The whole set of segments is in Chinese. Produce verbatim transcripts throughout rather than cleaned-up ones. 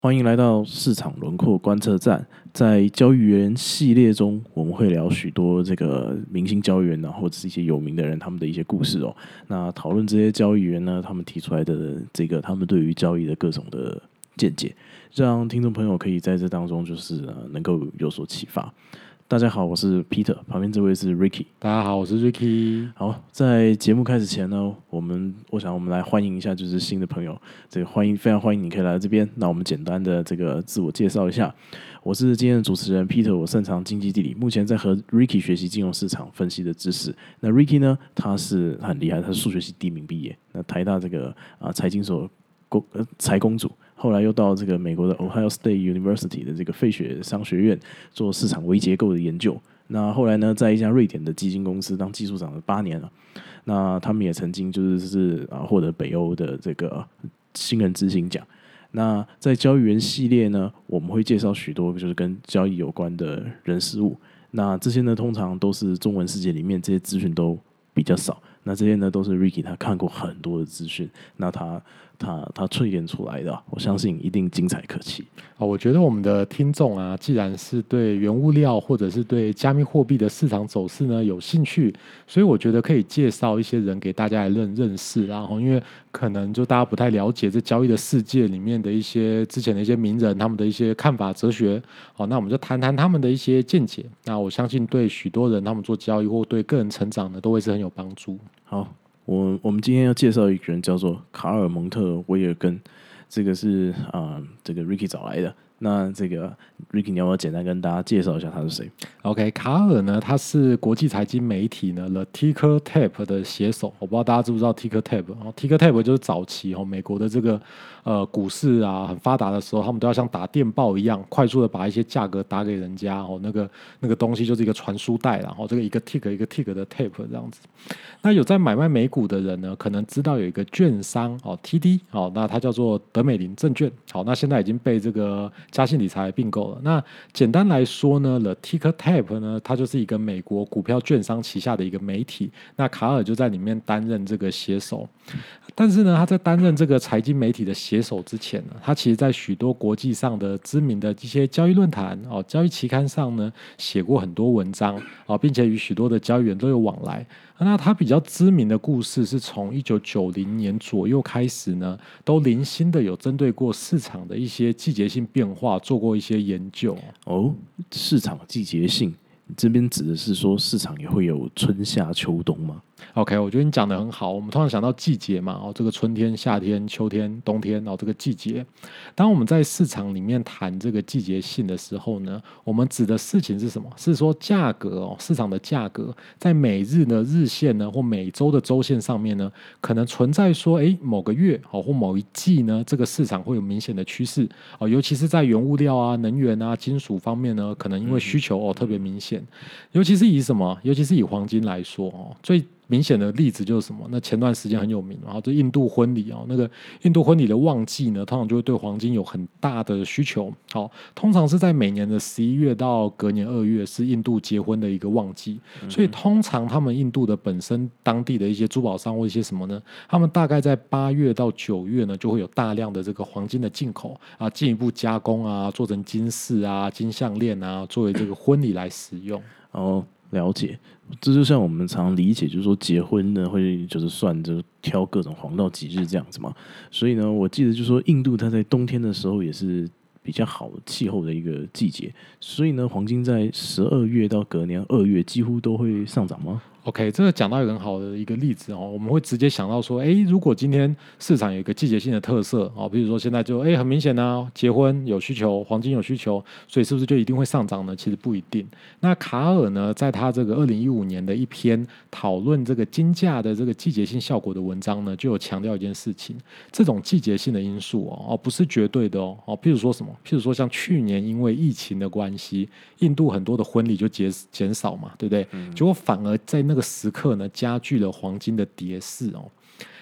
欢迎来到市场轮廓观测站。在交易员系列中，我们会聊许多这个明星交易员啊，或者是一些有名的人他们的一些故事哦。那讨论这些交易员呢，他们提出来的这个他们对于交易的各种的见解，让听众朋友可以在这当中就是呃能够有所启发。大家好，我是 Peter， 旁边这位是 Ricky。 大家好，我是 Ricky。 好，在节目开始前呢，我们我想我们来欢迎一下就是新的朋友，这个欢迎非常欢迎你可以来到这边。那我们简单的这个自我介绍一下，我是今天的主持人 Peter， 我擅长经济地理，目前在和 Ricky 学习金融市场分析的知识。那 Ricky 呢，他是很厉害，他是数学系第一名毕业，那台大这个啊财经所公呃财公组。后来又到这个美国的 Ohio State University 的这个费雪商学院做市场微结构的研究。那后来呢，在一家瑞典的基金公司当技术长了八年了。那他们也曾经就是是啊获得北欧的这个新人之星奖。那在交易员系列呢，我们会介绍许多就是跟交易有关的人事物。那这些呢，通常都是中文世界里面这些资讯都比较少。那这些呢，都是 Ricky 他看过很多的资讯，那他他他淬炼出来的，我相信一定精彩可期。 哦，我觉得我们的听众啊，既然是对原物料或者是对加密货币的市场走势呢有兴趣，所以我觉得可以介绍一些人给大家来认认识。然后，因为可能就大家不太了解这交易的世界里面的一些之前的一些名人他们的一些看法、哲学。好，那我们就谈谈他们的一些见解。那我相信对许多人他们做交易或对个人成长呢，都会是很有帮助。 好，我我们今天要介绍一个人，叫做卡尔蒙特威尔根，这个是啊、呃，这个 Ricky 找来的。那这个 Ricky， 你要不要简单跟大家介绍一下他是谁 ？OK， 卡尔呢，他是国际财经媒体呢 The Ticker Tape 的写手。我不知道大家知不知道 Ticker Tape？ 哦 Ticker Tape 就是早期哦美国的这个呃股市啊很发达的时候，他们都要像打电报一样，快速的把一些价格打给人家。哦，那个那个东西就是一个传输带，然后这个一个 tick 一个 tick 的 tape 这样子。那有在买卖美股的人呢，可能知道有一个券商哦 T D 哦，那它叫做德美林证券。好，那现在已经被这个嘉信理财并购了。那简单来说呢 The Ticker Tape 呢，它就是一个美国股票券商旗下的一个媒体。那卡尔就在里面担任这个写手。但是呢，他在担任这个财经媒体的写手之前呢，他其实在许多国际上的知名的一些交易论坛哦、交易期刊上呢，写过很多文章哦，并且与许多的交易员都有往来。那他比较知名的故事是从一九九零年左右开始呢，都零星的有针对过市场的一些季节性变化做过一些研究。 哦，市场季节性，这边指的是说市场也会有春夏秋冬吗？ OK， 我觉得你讲得很好。我们通常想到季节嘛，哦，这个春天、夏天、秋天、冬天，哦，这个季节。当我们在市场里面谈这个季节性的时候呢，我们指的事情是什么？是说价格哦，市场的价格在每日的日线呢，或每周的周线上面呢，可能存在说，哎，某个月哦，或某一季呢，这个市场会有明显的趋势哦，尤其是在原物料啊、能源啊、金属方面呢，可能因为需求哦特别明显。尤其是以什么？尤其是以黄金来说哦，最明显的例子就是什么？那前段时间很有名，然后这印度婚礼哦，那个印度婚礼的旺季呢，通常就会对黄金有很大的需求。好，通常是在每年的十一月到隔年二月是印度结婚的一个旺季，所以通常他们印度的本身当地的一些珠宝商或一些什么呢，他们大概在八月到九月呢，就会有大量的这个黄金的进口啊，进一步加工啊，做成金饰啊、金项链啊，作为这个婚礼来使用。 哦，了解。这就像我们常理解，就是说结婚呢会就是算就是挑各种黄道吉日这样子嘛。所以呢，我记得就是说印度它在冬天的时候也是比较好气候的一个季节，所以呢，黄金在十二月到隔年二月几乎都会上涨吗？ OK， 这个讲到一个很好的一个例子哦，我们会直接想到说，哎，如果今天市场有一个季节性的特色哦，比如说现在就哎很明显啊，结婚有需求，黄金有需求，所以是不是就一定会上涨呢？其实不一定。那卡尔呢，在他这个二零一五年的一篇讨论这个金价的这个季节性效果的文章呢，就有强调一件事情，这种季节性的因素哦，哦不是绝对的哦，哦，譬如说什么？譬如说像去年因为疫情的关系，印度很多的婚礼就减减少嘛，对不对？嗯、结果反而在那个时刻呢，加剧了黄金的跌势哦。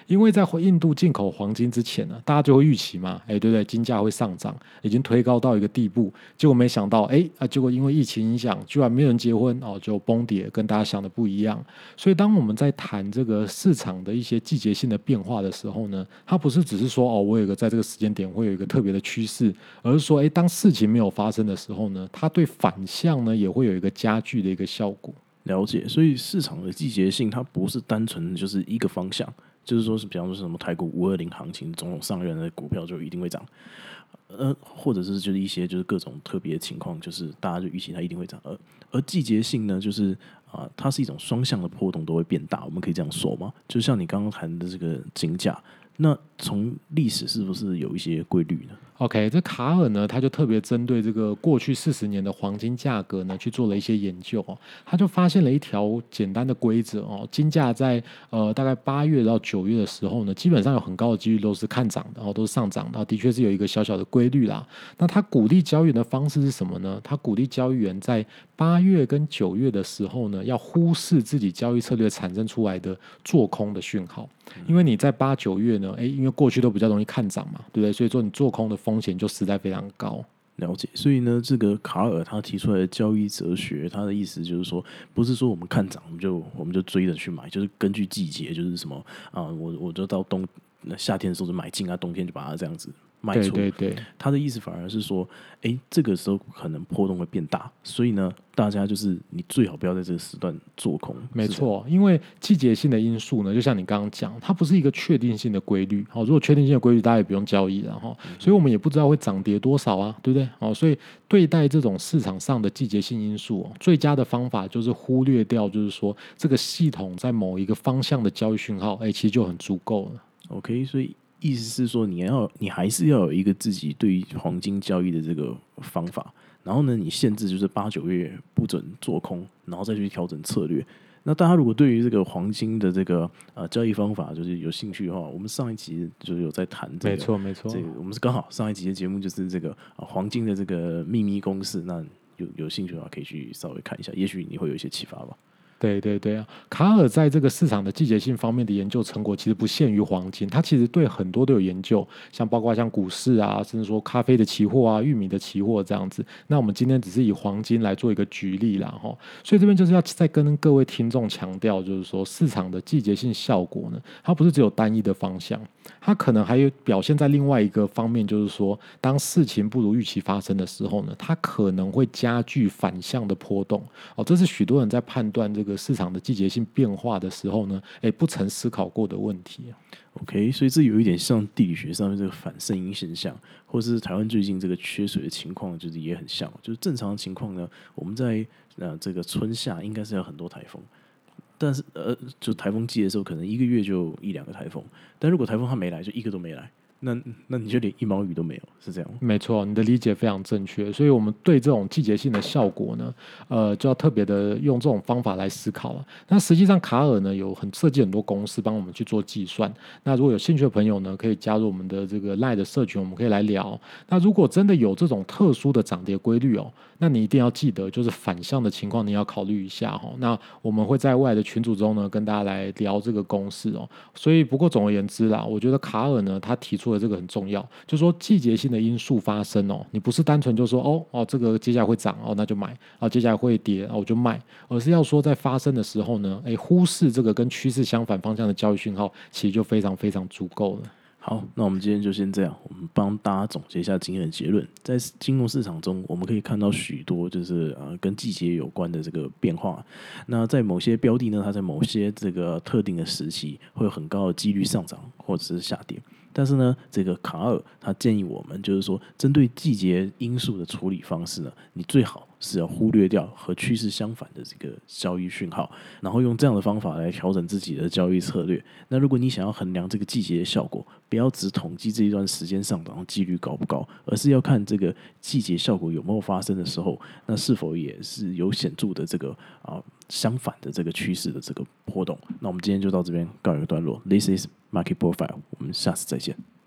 因为在印度进口黄金之前呢，大家就会预期嘛，哎，对不对？金价会上涨，已经推高到一个地步，结果没想到，哎啊，结果因为疫情影响，居然没有人结婚哦，就崩跌，跟大家想的不一样。所以当我们在谈这个市场的一些季节性的变化的时候呢，它不是只是说哦，我有一个在这个时间点会有一个特别的趋势，而是说，哎，当事情没有发生的时候呢，它对反向呢也会有一个加剧的一个效果。 了解，所以市场的季节性它不是单纯就是一个方向，就是说是比方说是什么台股五二零行情，总统上任的股票就一定会涨，呃，或者是就是一些就是各种特别的情况，就是大家就预期它一定会涨，而而季节性呢，就是啊、呃，它是一种双向的波动都会变大，我们可以这样说吗？就像你刚刚谈的这个金价，那从历史是不是有一些规律呢？ OK，这卡尔呢，他就特别针对这个过去四十年的黄金价格呢，去做了一些研究哦。他就发现了一条简单的规则哦，金价在呃大概八月到九月的时候呢，基本上有很高的几率都是看涨的哦，都是上涨的，的确是有一个小小的规律啦。那他鼓励交易员的方式是什么呢？他鼓励交易员在八月跟九月的时候呢，要忽视自己交易策略产生出来的做空的讯号，因为你在八九月呢，哎，因为过去都比较容易看涨嘛，对不对？所以说你做空的风险就实在非常高。 了解，所以呢，这个卡尔他提出来的交易哲学，他的意思就是说，不是说我们看涨我们就我们就追着去买，就是根据季节，就是什么啊、呃，我我就到冬夏天的时候就买进啊，冬天就把它这样子卖出。 对对对， 他的意思反而是说，哎，这个时候可能波动会变大，所以呢，大家就是你最好不要在这个时段做空。 没错，因为季节性的因素呢，就像你刚刚讲，它不是一个确定性的规律。好，如果确定性的规律，大家也不用交易了哈。所以我们也不知道会涨跌多少啊，对不对？好，所以对待这种市场上的季节性因素、哦，最佳的方法就是忽略掉，就是说这个系统在某一个方向的交易讯号，哎，其实就很足够了。 OK，所以意思是说，你要你还是要有一个自己对于黄金交易的这个方法，然后呢，你限制就是八九月不准做空，然后再去调整策略。那大家如果对于这个黄金的这个呃交易方法就是有兴趣的话，我们上一集就有在谈这个， 没错没错， 这个我们是刚好上一集的节目就是这个、呃、黄金的这个秘密公式，那有有兴趣的话可以去稍微看一下，也许你会有一些启发吧。 对对对啊，卡尔在这个市场的季节性方面的研究成果其实不限于黄金，他其实对很多都有研究，像包括像股市啊，甚至说咖啡的期货啊、玉米的期货这样子。那我们今天只是以黄金来做一个举例啦，哈。所以这边就是要再跟各位听众强调，就是说市场的季节性效果呢，它不是只有单一的方向，它可能还有表现在另外一个方面，就是说当事情不如预期发生的时候呢，它可能会加剧反向的波动。哦，这是许多人在判断这个市场的季节性变化的时候呢，哎，不曾思考过的问题。 OK， 所以这有一点像地理学上面这个反圣婴现象，或是台湾最近这个缺水的情况，就是也很像。就是正常的情况呢，我们在呃这个春夏应该是要很多台风，但是呃，就台风季的时候，可能一个月就一两个台风，但如果台风它没来，就一个都没来。那那你就连一毛雨都没有，是这样吗？ 没错，你的理解非常正确。所以，我们对这种季节性的效果呢，呃，就要特别的用这种方法来思考了。那实际上，卡尔呢有很设计很多公式帮我们去做计算。那如果有兴趣的朋友呢，可以加入我们的这个 Line 的社群，我们可以来聊。那如果真的有这种特殊的涨跌规律哦，那你一定要记得，就是反向的情况你要考虑一下哈。那我们会在未来的群组中呢，跟大家来聊这个公式哦。所以，不过总而言之啦，我觉得卡尔呢，他提出的这个很重要，就是说季节性的因素发生哦，你不是单纯就说哦哦，这个接下来会涨哦，那就买啊，接下来会跌啊，我就卖，而是要说在发生的时候呢，哎，忽视这个跟趋势相反方向的交易讯号，其实就非常非常足够了。 好，那我们今天就先这样，我们帮大家总结一下今天的结论。在金融市场中，我们可以看到许多就是呃跟季节有关的这个变化。那在某些标的呢，它在某些这个特定的时期会有很高的几率上涨或者是下跌。但是呢，这个卡尔他建议我们，就是说，针对季节因素的处理方式呢，你最好是要忽略掉和趋势相反的这个交易讯号，然后用这样的方法来调整自己的交易策略。那如果你想要衡量这个季节的效果，不要只统计这一段时间上涨几率高不高，而是要看这个季节效果有没有发生的时候，那是否也是有显著的这个啊相反的这个趋势的这个波动。那我们今天就到这边告一个段落。This is Market Profile，我们下次再见。